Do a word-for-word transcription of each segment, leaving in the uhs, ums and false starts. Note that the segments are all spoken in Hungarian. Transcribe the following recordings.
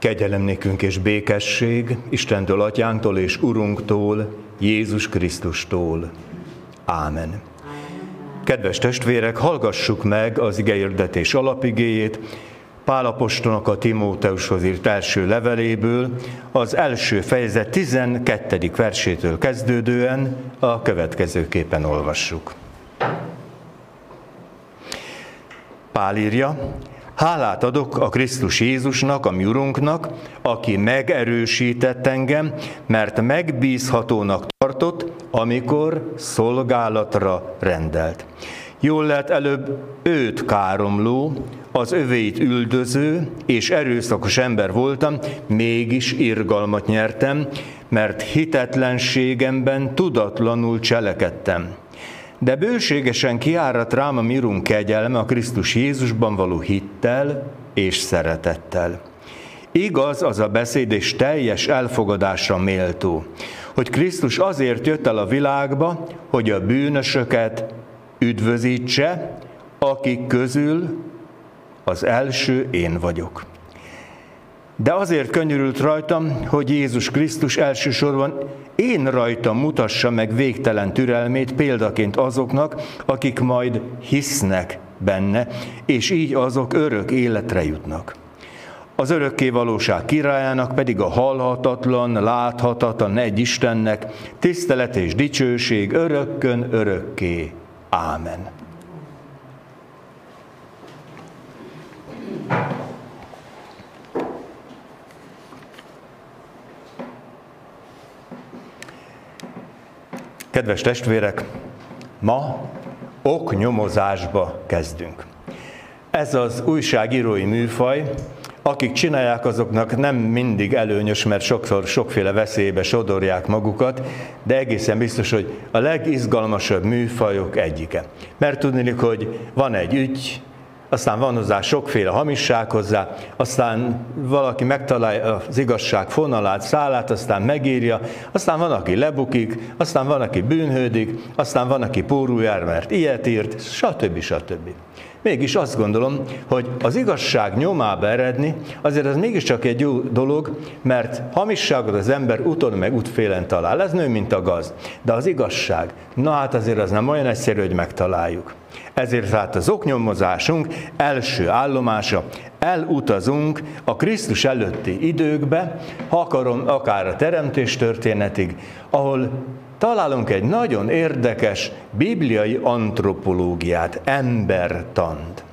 Kegyelem nékünk és békesség Istentől, Atyánktól és Urunktól, Jézus Krisztustól. Ámen. Kedves testvérek, hallgassuk meg az igehirdetés alapigéjét Pál apostolnak a Timóteushoz írt első leveléből, az első fejezet tizenkettedik versétől kezdődően a következőképpen olvassuk. Pál írja: hálát adok a Krisztus Jézusnak, a mi Urunknak, aki megerősített engem, mert megbízhatónak tartott, amikor szolgálatra rendelt. Jól lehet, előbb őt káromló, az övéit üldöző és erőszakos ember voltam, mégis irgalmat nyertem, mert hitetlenségemben tudatlanul cselekedtem. De bőségesen kiáradt rám a mi Urunk kegyelme a Krisztus Jézusban való hittel és szeretettel. Igaz az a beszéd, és teljes elfogadásra méltó, hogy Krisztus azért jött el a világba, hogy a bűnösöket üdvözítse, akik közül az első én vagyok. De azért könyörült rajtam, hogy Jézus Krisztus elsősorban én rajtam mutassa meg végtelen türelmét példaként azoknak, akik majd hisznek benne, és így azok örök életre jutnak. Az örökké valóság királyának pedig a halhatatlan, láthatatlan egy Istennek tisztelet és dicsőség örökkön örökké. Ámen. Kedves testvérek, ma oknyomozásba kezdünk. Ez az újságírói műfaj, akik csinálják, azoknak nem mindig előnyös, mert sokszor sokféle veszélybe sodorják magukat, de egészen biztos, hogy a legizgalmasabb műfajok egyike. Mert tudniillik, hogy van egy ügy, aztán van hozzá sokféle hamisság hozzá, aztán valaki megtalálja az igazság fonalát, szálát, aztán megírja, aztán van, aki lebukik, aztán van, aki bűnhődik, aztán van, aki pórul jár, mert ilyet írt, stb. stb. Mégis azt gondolom, hogy az igazság nyomába eredni, azért ez mégiscsak egy jó dolog, mert hamisságot az ember úton meg útfélen talál. Ez nő, mint a gaz. De az igazság, na hát azért az nem olyan egyszerű, hogy megtaláljuk. Ezért hát az oknyomozásunk első állomása, elutazunk a Krisztus előtti időkbe, ha akarom, akár a teremtés történetig, ahol találunk egy nagyon érdekes bibliai antropológiát, embertant.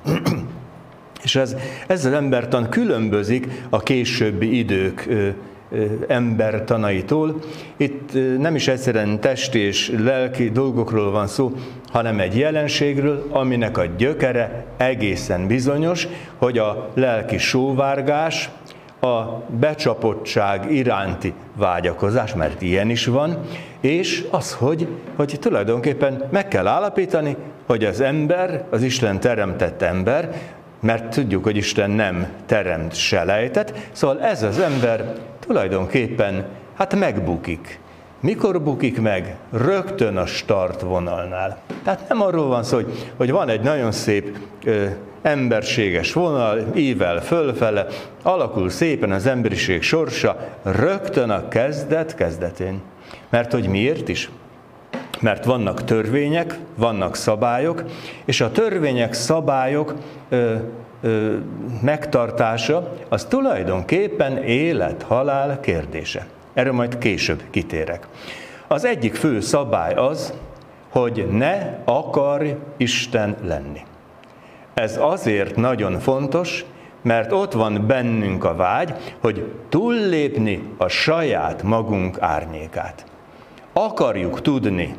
És ez, ez az embertan különbözik a későbbi idők ö, ö, embertanaitól. Itt ö, nem is egyszerűen testi és lelki dolgokról van szó, hanem egy jelenségről, aminek a gyökere egészen bizonyos, hogy a lelki sóvárgás, a becsapottság iránti vágyakozás, mert ilyen is van, és az, hogy, hogy tulajdonképpen meg kell állapítani, hogy az ember, az Isten teremtett ember, mert tudjuk, hogy Isten nem teremt selejtet, szóval ez az ember tulajdonképpen hát megbukik. Mikor bukik meg? Rögtön a startvonalnál. Tehát nem arról van szó, hogy, hogy van egy nagyon szép ö, emberséges vonal, ível fölfele, alakul szépen az emberiség sorsa, rögtön a kezdet kezdetén. Mert hogy miért is? Mert vannak törvények, vannak szabályok, és a törvények, szabályok ö, ö, megtartása az tulajdonképpen élet-halál kérdése. Erről majd később kitérek. Az egyik fő szabály az, hogy ne akarj Isten lenni. Ez azért nagyon fontos, mert ott van bennünk a vágy, hogy túllépni a saját magunk árnyékát. Akarjuk tudni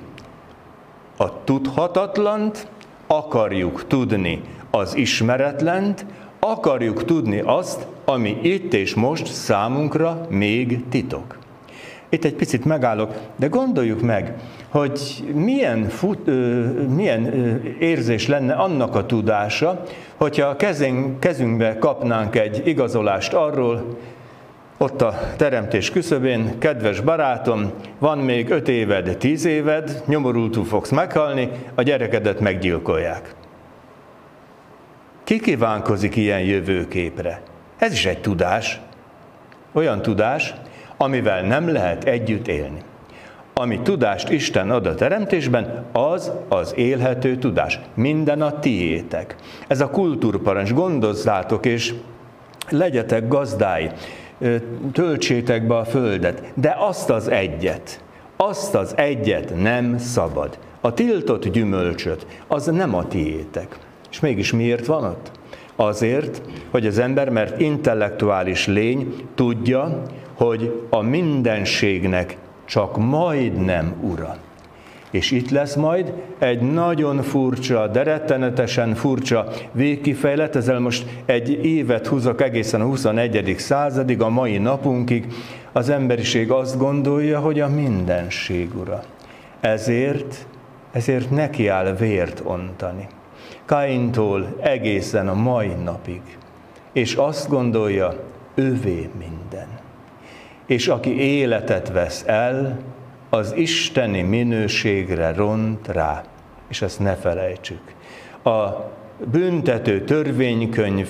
a tudhatatlant, akarjuk tudni az ismeretlent, akarjuk tudni azt, ami itt és most számunkra még titok. Itt egy picit megállok, de gondoljuk meg, hogy milyen, fut, milyen érzés lenne annak a tudása, hogyha a kezünk, kezünkbe kapnánk egy igazolást arról, ott a teremtés küszöbén, kedves barátom, van még öt éved, tíz éved, nyomorultul fogsz meghalni, a gyerekedet meggyilkolják. Ki kívánkozik ilyen jövőképre? Ez is egy tudás. Olyan tudás, amivel nem lehet együtt élni. Ami tudást Isten ad a teremtésben, az az élhető tudás. Minden a tiétek. Ez a kultúrparancs. Gondozzátok és legyetek gazdái, töltsétek be a földet, de azt az egyet, azt az egyet nem szabad. A tiltott gyümölcsöt, az nem a tiétek. És mégis miért van ott? Azért, hogy az ember, mert intellektuális lény, tudja, hogy a mindenségnek csak majdnem ura. És itt lesz majd egy nagyon furcsa, de rettenetesen furcsa végkifejlet, ezzel most egy évet húzok egészen a huszonegyedik századig, a mai napunkig. Az emberiség azt gondolja, hogy a mindenség ura. Ezért, ezért nekiáll vért ontani. Kaintól egészen a mai napig. És azt gondolja, övé minden. És aki életet vesz el, az isteni minőségre ront rá. És ezt ne felejtsük. A büntető törvénykönyv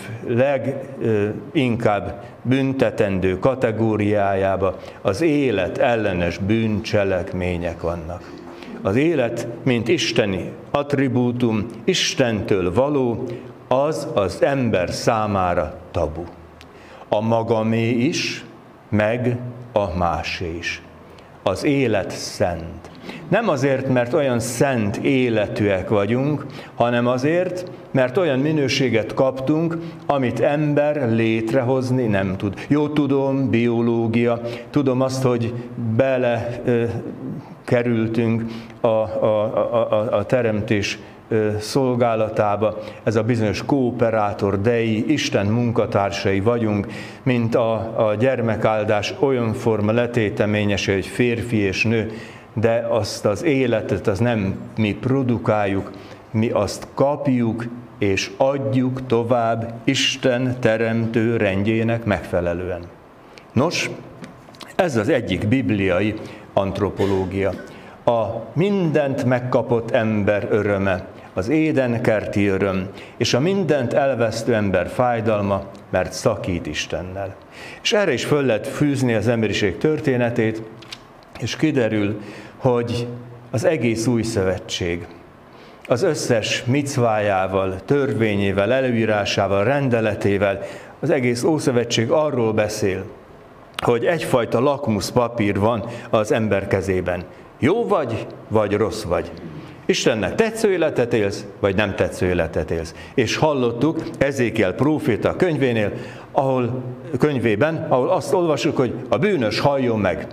leginkább büntetendő kategóriájába az élet ellenes bűncselekmények vannak. Az élet, mint isteni attribútum, Istentől való, az az ember számára tabu. A magamé is, meg a másé is. Az élet szent. Nem azért, mert olyan szent életűek vagyunk, hanem azért, mert olyan minőséget kaptunk, amit ember létrehozni nem tud. Jó, tudom, biológia, tudom azt, hogy bele ö, kerültünk a, a, a, a teremtés ö, szolgálatába. Ez a bizonyos kooperátor dei, Isten munkatársai vagyunk, mint a, a gyermekáldás olyan forma letéteményese, hogy férfi és nő, de azt az életet az nem mi produkáljuk, mi azt kapjuk és adjuk tovább Isten teremtő rendjének megfelelően. Nos, ez az egyik bibliai antropológia. A mindent megkapott ember öröme, az édenkerti öröm, és a mindent elvesztő ember fájdalma, mert szakít Istennel. És erre is föl lehet fűzni az emberiség történetét, és kiderül, hogy az egész új szövetség, az összes micvájával, törvényével, előírásával, rendeletével, az egész Ószövetség arról beszél, hogy egyfajta lakmuszpapír van az ember kezében. Jó vagy, vagy rossz vagy. Istennek tetsző életet élsz, vagy nem tetsző életet élsz. És hallottuk Ezékiel próféta könyvénél, ahol, könyvében, ahol azt olvasjuk, hogy a bűnös halljon meg.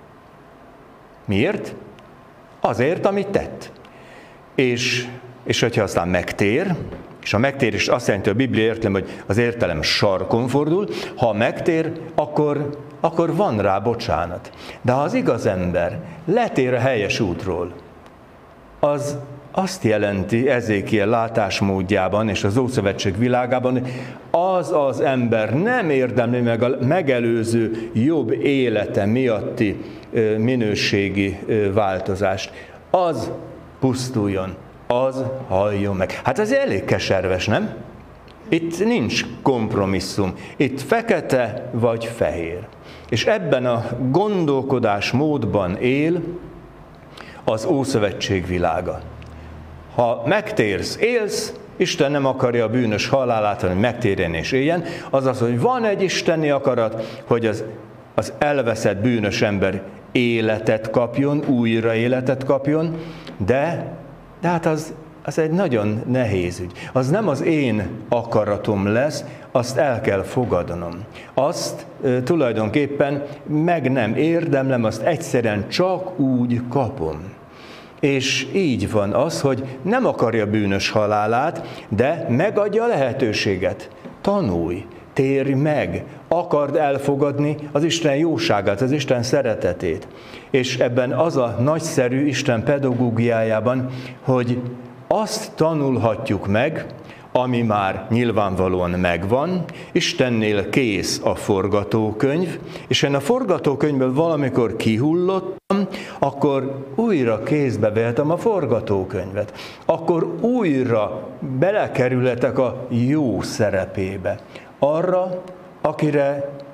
Miért? Azért, amit tett. És, és hogyha aztán megtér, és a megtérés azt jelenti a Biblia értelem, hogy az értelem sarkon fordul, ha megtér, akkor, akkor van rá bocsánat. De ha az igaz ember letér a helyes útról, az azt jelenti Ezékiel látásmódjában és az Ószövetség világában, hogy az az ember nem érdemli meg a megelőző jobb élete miatti minőségi változást. Az pusztuljon, az halljon meg. Hát ez elég keserves, nem? Itt nincs kompromisszum. Itt fekete vagy fehér. És ebben a gondolkodásmódban él az Ószövetség világa. Ha megtérsz, élsz, Isten nem akarja a bűnös halálát, hanem megtérjen és éljen, azaz, hogy van egy isteni akarat, hogy az, az elveszett bűnös ember életet kapjon, újra életet kapjon, de, de hát az, az egy nagyon nehéz ügy. Az nem az én akaratom lesz, azt el kell fogadnom. Azt e, tulajdonképpen meg nem érdemlem, azt egyszerűen csak úgy kapom. És így van az, hogy nem akarja bűnös halálát, de megadja a lehetőséget. Tanulj, térj meg, akard elfogadni az Isten jóságát, az Isten szeretetét. És ebben az a nagyszerű Isten pedagógiájában, hogy azt tanulhatjuk meg, ami már nyilvánvalóan megvan, Istennél kész a forgatókönyv, és én a forgatókönyvből valamikor kihullottam, akkor újra kézbe vehetem a forgatókönyvet. Akkor újra belekerülhetek a jó szerepébe. Arra, akire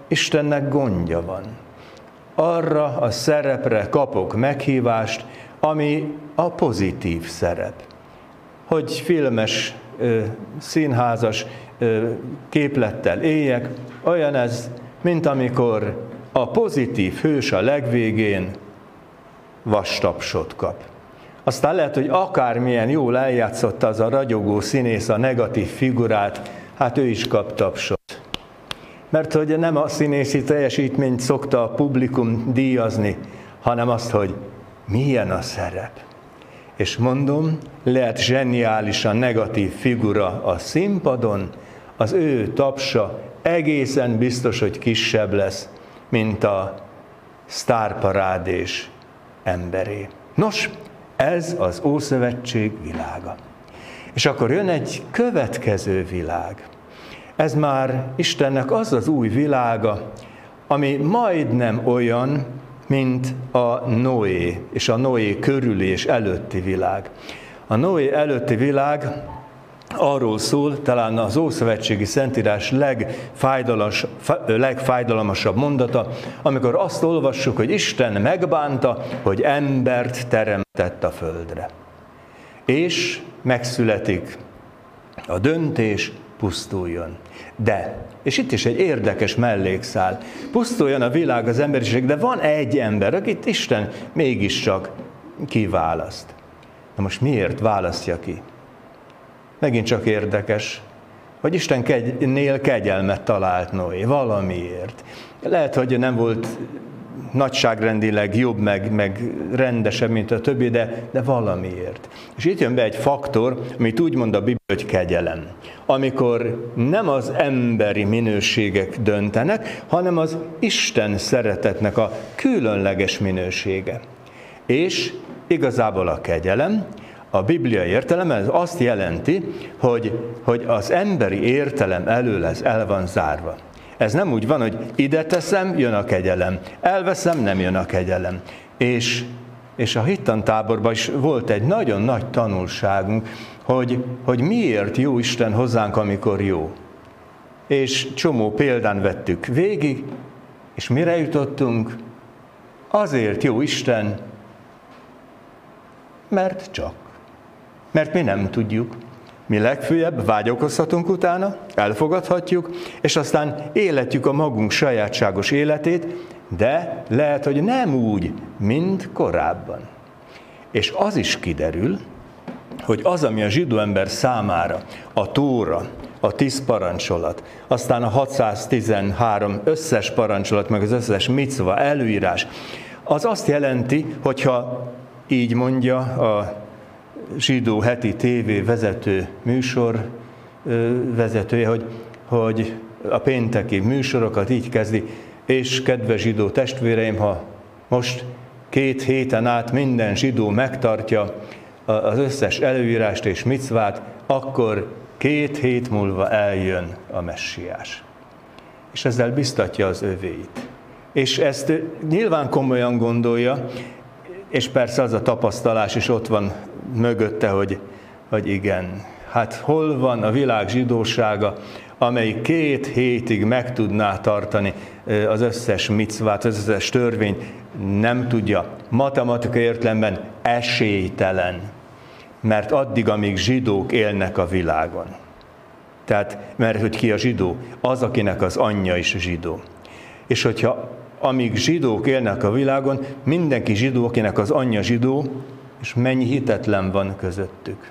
Istennek gondja van. Arra a szerepre kapok meghívást, ami a pozitív szerep. Hogy filmes, színházas képlettel éljek, olyan ez, mint amikor a pozitív hős a legvégén vastapsot kap. Aztán lehet, hogy akármilyen jól eljátszotta az a ragyogó színész a negatív figurát, hát ő is kap tapsot. Mert hogy nem a színészi teljesítményt szokta a publikum díjazni, hanem azt, hogy milyen a szerep. És mondom, lehet zseniálisan negatív figura a színpadon, az ő tapsa egészen biztos, hogy kisebb lesz, mint a sztárparádés emberé. Nos, ez az Ószövetség világa. És akkor jön egy következő világ. Ez már Istennek az az új világa, ami majdnem olyan, mint a Noé és a Noé körüli és előtti világ. A Noé előtti világ arról szól, talán az Ószövetségi Szentírás legfájdalmasabb mondata, amikor azt olvassuk, hogy Isten megbánta, hogy embert teremtett a földre. És megszületik a döntés, pusztuljon. De, és itt is egy érdekes mellékszál, pusztuljon a világ, az emberiség, de van egy ember, akit Isten mégiscsak kiválaszt. Na most miért választja ki? Megint csak érdekes, hogy Istennél kegyelmet talált Noé, valamiért. Lehet, hogy nem volt nagyságrendileg jobb, meg, meg rendesebb, mint a többi, de, de valamiért. És itt jön be egy faktor, amit úgy mond a Biblia, hogy kegyelem. Amikor nem az emberi minőségek döntenek, hanem az Isten szeretetnek a különleges minősége. És igazából a kegyelem, a bibliai értelem ez azt jelenti, hogy, hogy az emberi értelem elől ez el van zárva. Ez nem úgy van, hogy ide teszem, jön a kegyelem, elveszem, nem jön a kegyelem. És, és a hittantáborban is volt egy nagyon nagy tanulságunk, hogy, hogy miért jó Isten hozzánk, amikor jó. És csomó példán vettük végig, és mire jutottunk? Azért jó Isten, mert csak. Mert mi nem tudjuk. Mi legfőjebb vágyakozhatunk utána, elfogadhatjuk, és aztán életjük a magunk sajátságos életét, de lehet, hogy nem úgy, mint korábban. És az is kiderül, hogy az, ami a zsidó ember számára a Tóra, a tíz parancsolat, aztán a hatszáztizenhárom összes parancsolat, meg az összes micva, előírás, az azt jelenti, hogyha így mondja a zsidó heti tévé vezető műsor vezetője, hogy, hogy a pénteki műsorokat így kezdi, és kedves zsidó testvéreim, ha most két héten át minden zsidó megtartja az összes előírást és micvát, akkor két hét múlva eljön a messiás. És ezzel biztatja az övéit. És ezt nyilván komolyan gondolja, és persze az a tapasztalás is ott van mögötte, hogy, hogy igen, hát hol van a világ zsidósága, amely két hétig meg tudná tartani az összes micvát, az összes törvényt, nem tudja. Matematikai értelemben esélytelen, mert addig, amíg zsidók élnek a világon. Tehát, mert hogy ki a zsidó? Az, akinek az anyja is zsidó. És hogyha amíg zsidók élnek a világon, mindenki zsidó, akinek az anyja zsidó, és mennyi hitetlen van közöttük.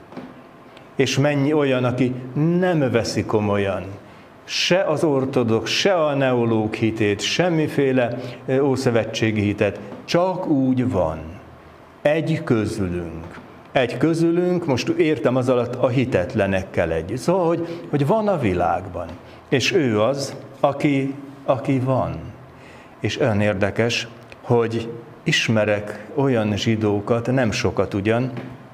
És mennyi olyan, aki nem veszi komolyan se az ortodox, se a neológ hitét, semmiféle ószövetségi hitet, csak úgy van. Egy közülünk. Egy közülünk, most értem az alatt a hitetlenekkel együtt. Szóval, hogy, hogy van a világban. És ő az, aki, aki van. És olyan érdekes, hogy ismerek olyan zsidókat, nem sokat ugyan,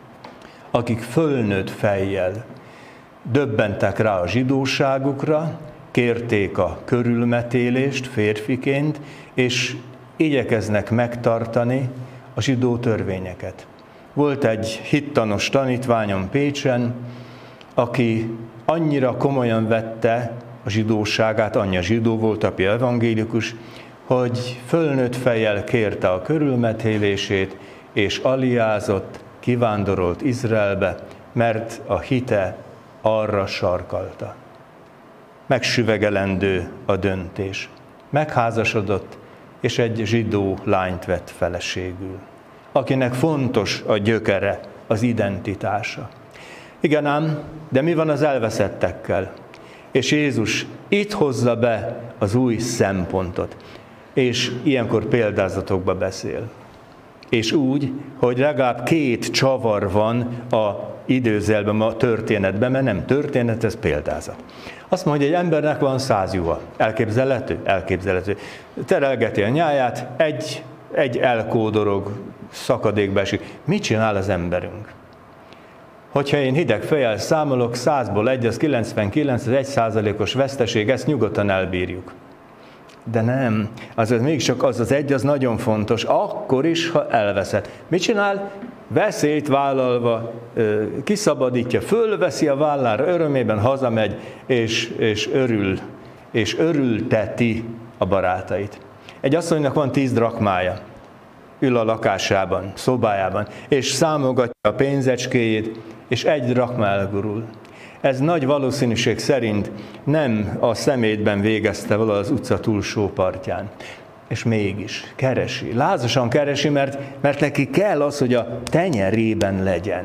akik fölnőtt fejjel döbbentek rá a zsidóságukra, kérték a körülmetélést férfiként, és igyekeznek megtartani a zsidó törvényeket. Volt egy hittanos tanítványom Pécsen, aki annyira komolyan vette a zsidóságát, anyja zsidó volt, apja evangélikus, hogy fölnőtt fejjel kérte a körülmetélését, és aliázott, kivándorolt Izraelbe, mert a hite arra sarkalta. Megsüvegelendő a döntés. Megházasodott, és egy zsidó lányt vett feleségül, akinek fontos a gyökere, az identitása. Igen ám, de mi van az elveszettekkel? És Jézus itt hozza be az új szempontot, és ilyenkor példázatokba beszél. És úgy, hogy legalább két csavar van a időzelben, a történetben, mert nem történet, ez példázat. Azt mondja, hogy egy embernek van száz juha. Elképzelhető? Elképzelhető. Terelgeti a nyáját, egy, egy elkódorog, szakadékba esik. Mit csinál az emberünk? Hogyha én hideg fejjel számolok, százból egy, az kilencvenkilenc, az egy százalékos veszteség, ezt nyugodtan elbírjuk. De nem, azért mégiscsak az az egy, az nagyon fontos, akkor is, ha elveszed. Mit csinál? Veszélyt vállalva, kiszabadítja, fölveszi a vállára, örömében hazamegy, és, és örül, és örülteti a barátait. Egy asszonynak van tíz drakmája, ül a lakásában, szobájában, és számogatja a pénzecskéjét, és egy drakma elgurul. Ez nagy valószínűség szerint nem a szemétben végezte vala az utca túlsó partján. És mégis keresi, lázasan keresi, mert, mert neki kell az, hogy a tenyerében legyen.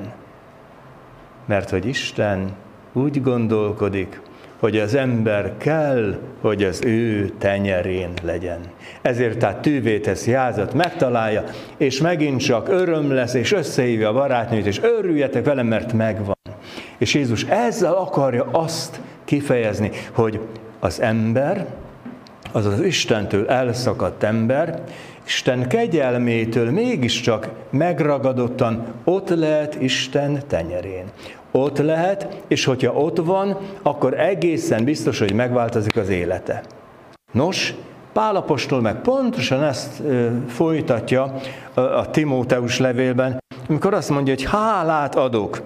Mert hogy Isten úgy gondolkodik, hogy az ember kell, hogy az ő tenyerén legyen. Ezért tehát tűvé teszi házat, megtalálja, és megint csak öröm lesz, és összehívja a barátnőt, és örüljetek velem, mert megvan. És Jézus ezzel akarja azt kifejezni, hogy az ember, az az Istentől elszakadt ember, Isten kegyelmétől mégiscsak megragadottan ott lehet Isten tenyerén. Ott lehet, és hogyha ott van, akkor egészen biztos, hogy megváltozik az élete. Nos, Pál apostol meg pontosan ezt ö, folytatja a, a Timóteus levélben, amikor azt mondja, hogy hálát adok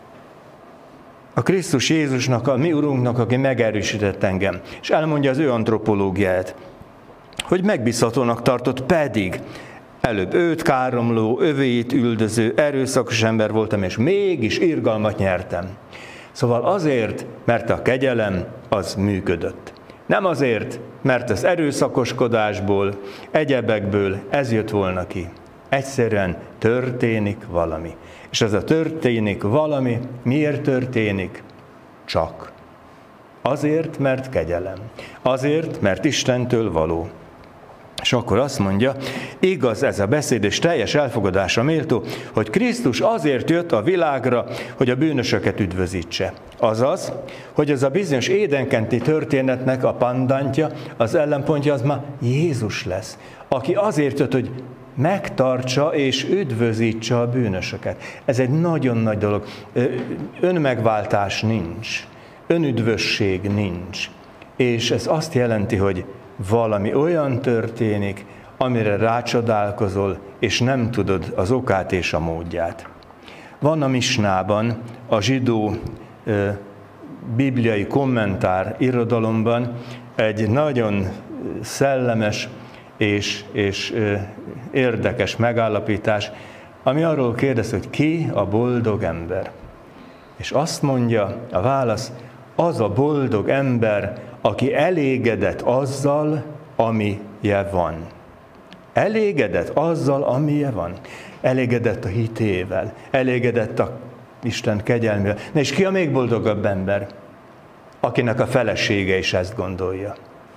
a Krisztus Jézusnak, a mi Urunknak, aki megerősített engem. És elmondja az ő antropológiáját, hogy megbízhatónak tartott, pedig előbb őt káromló, övéit üldöző, erőszakos ember voltam, és mégis irgalmat nyertem. Szóval azért, mert a kegyelem az működött. Nem azért, mert az erőszakoskodásból, egyebekből ez jött volna ki. Egyszerűen történik valami. És ez a történik valami, miért történik? Csak. Azért, mert kegyelem. Azért, mert Istentől való. És akkor azt mondja, igaz ez a beszéd, és teljes elfogadásra méltó, hogy Krisztus azért jött a világra, hogy a bűnösöket üdvözítse. Azaz, hogy ez a bizonyos édenkenti történetnek a pandantja, az ellenpontja az ma Jézus lesz, aki azért jött, hogy megtartsa és üdvözítse a bűnösöket. Ez egy nagyon nagy dolog. Önmegváltás nincs, önüdvösség nincs. És ez azt jelenti, hogy valami olyan történik, amire rácsodálkozol, és nem tudod az okát és a módját. Van a Misnában, a zsidó ö, bibliai kommentár irodalomban egy nagyon szellemes és, és ö, érdekes megállapítás, ami arról kérdez, hogy ki a boldog ember. És azt mondja a válasz, az a boldog ember, aki elégedett azzal, amije van. Elégedett azzal, amije van. Elégedett a hitével, elégedett a Isten kegyelmével. Na és ki a még boldogabb ember? Akinek a felesége is ezt gondolja.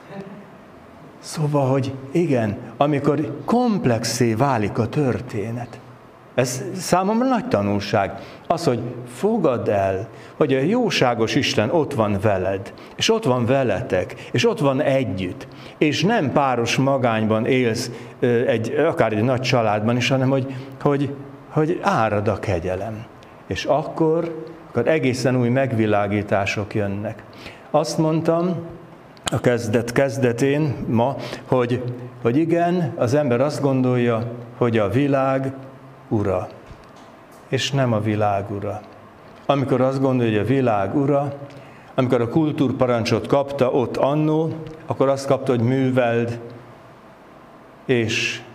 Szóval, hogy igen, amikor komplexé válik a történet. Ez számomra nagy tanulság. Az, hogy fogadd el, hogy a jóságos Isten ott van veled, és ott van veletek, és ott van együtt, és nem páros magányban élsz egy, akár egy nagy családban is, hanem hogy, hogy, hogy árad a kegyelem. És akkor, akkor egészen új megvilágítások jönnek. Azt mondtam a kezdet kezdetén ma, hogy, hogy igen, az ember azt gondolja, hogy a világ ura, és nem a világ ura. Amikor azt gondolja, hogy a világ ura, amikor a kultúrparancsot kapta ott annó, akkor azt kapta, hogy műveld, és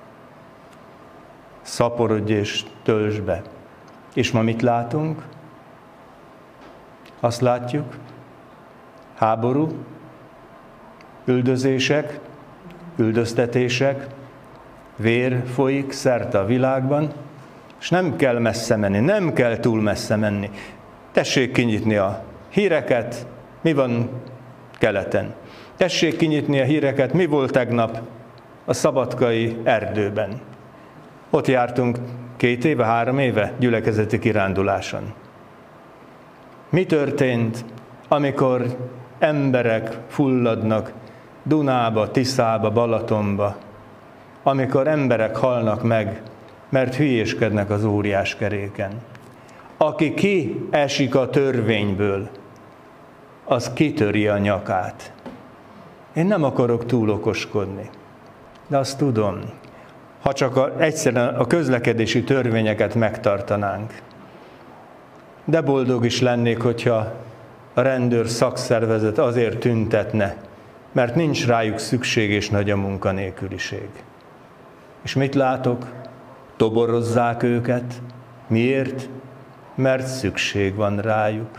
szaporodj és töltsd be. És ma mit látunk? Azt látjuk, háború, üldözések, üldöztetések, vér folyik szerte a világban, és nem kell messze menni, nem kell túl messze menni. Tessék kinyitni a híreket, mi van keleten. Tessék kinyitni a híreket, mi volt tegnap a szabadkai erdőben. Ott jártunk két éve, három éve gyülekezeti kiránduláson. Mi történt, amikor emberek fulladnak Dunába, Tiszába, Balatonba, amikor emberek halnak meg, mert hülyéskednek az óriáskeréken. Aki ki esik a törvényből, az kitöri a nyakát. Én nem akarok túl okoskodni, de azt tudom, ha csak a, egyszerűen a közlekedési törvényeket megtartanánk. De boldog is lennék, hogyha a rendőr szakszervezet azért tüntetne, mert nincs rájuk szükség és nagy a munkanélküliség. És mit látok? Toborozzák őket. Miért? Mert szükség van rájuk.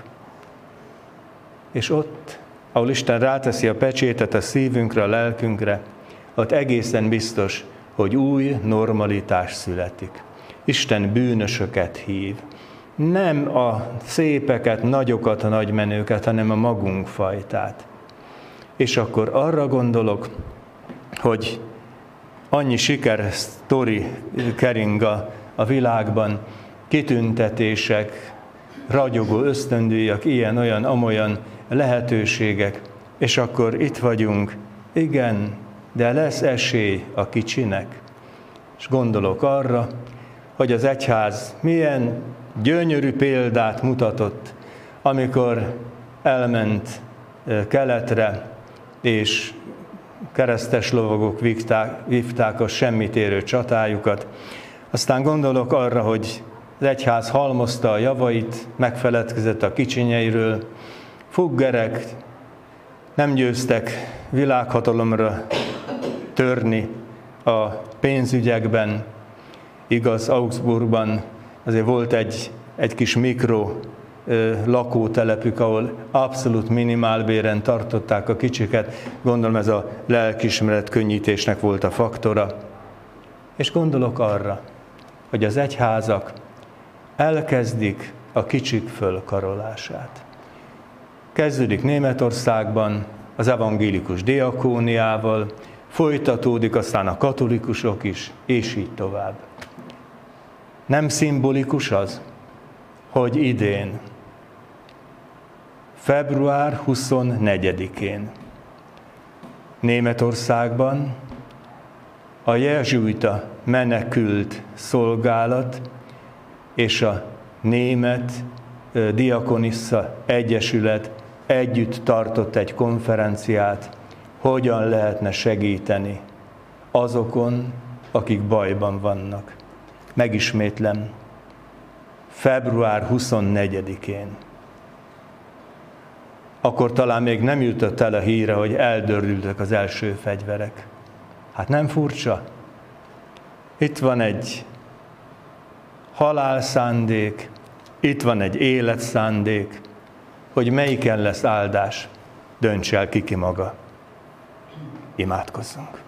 És ott, ahol Isten ráteszi a pecsétet a szívünkre, a lelkünkre, ott egészen biztos, hogy új normalitás születik. Isten bűnösöket hív. Nem a szépeket, nagyokat, a nagymenőket, hanem a magunk fajtát. És akkor arra gondolok, hogy annyi sikersztori kering a, a világban, kitüntetések, ragyogó ösztöndíjak, ilyen-olyan, amolyan lehetőségek, és akkor itt vagyunk, igen, de lesz esély a kicsinek. És gondolok arra, hogy az egyház milyen gyönyörű példát mutatott, amikor elment keletre, és keresztes lovagok vívták, vívták a semmit érő csatájukat. Aztán gondolok arra, hogy az egyház halmozta a javait, megfeledkezett a kicsinyeiről, fuggerek nem győztek világhatalomra törni a pénzügyekben. Igaz, Augsburgban azért volt egy, egy kis mikro lakótelepük, ahol abszolút minimálbéren tartották a kicsiket. Gondolom ez a lelkiismeret könnyítésnek volt a faktora. És gondolok arra, hogy az egyházak elkezdik a kicsik fölkarolását. Kezdődik Németországban az evangélikus diakóniával, folytatódik aztán a katolikusok is, és így tovább. Nem szimbolikus az, hogy idén, február huszonnegyedikén Németországban a jezsuita menekült szolgálat és a német diakonissza egyesület együtt tartott egy konferenciát, hogyan lehetne segíteni azokon, akik bajban vannak. Megismétlem, február huszonnegyedikén. Akkor talán még nem jutott el a híre, hogy eldördültek az első fegyverek. Hát nem furcsa? Itt van egy halálszándék, itt van egy életszándék, hogy melyiken lesz áldás, dönts el ki ki maga. Imádkozzunk.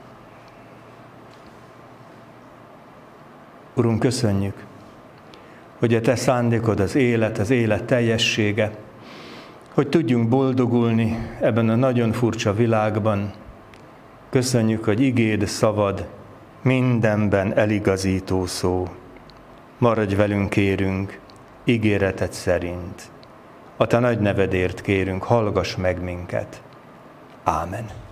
Urunk, köszönjük, hogy a Te szándékod az élet, az élet teljessége, hogy tudjunk boldogulni ebben a nagyon furcsa világban. Köszönjük, hogy igéd, szavad mindenben eligazító szó. Maradj velünk, kérünk, ígéreted szerint. A Te nagy nevedért kérünk, hallgass meg minket. Ámen.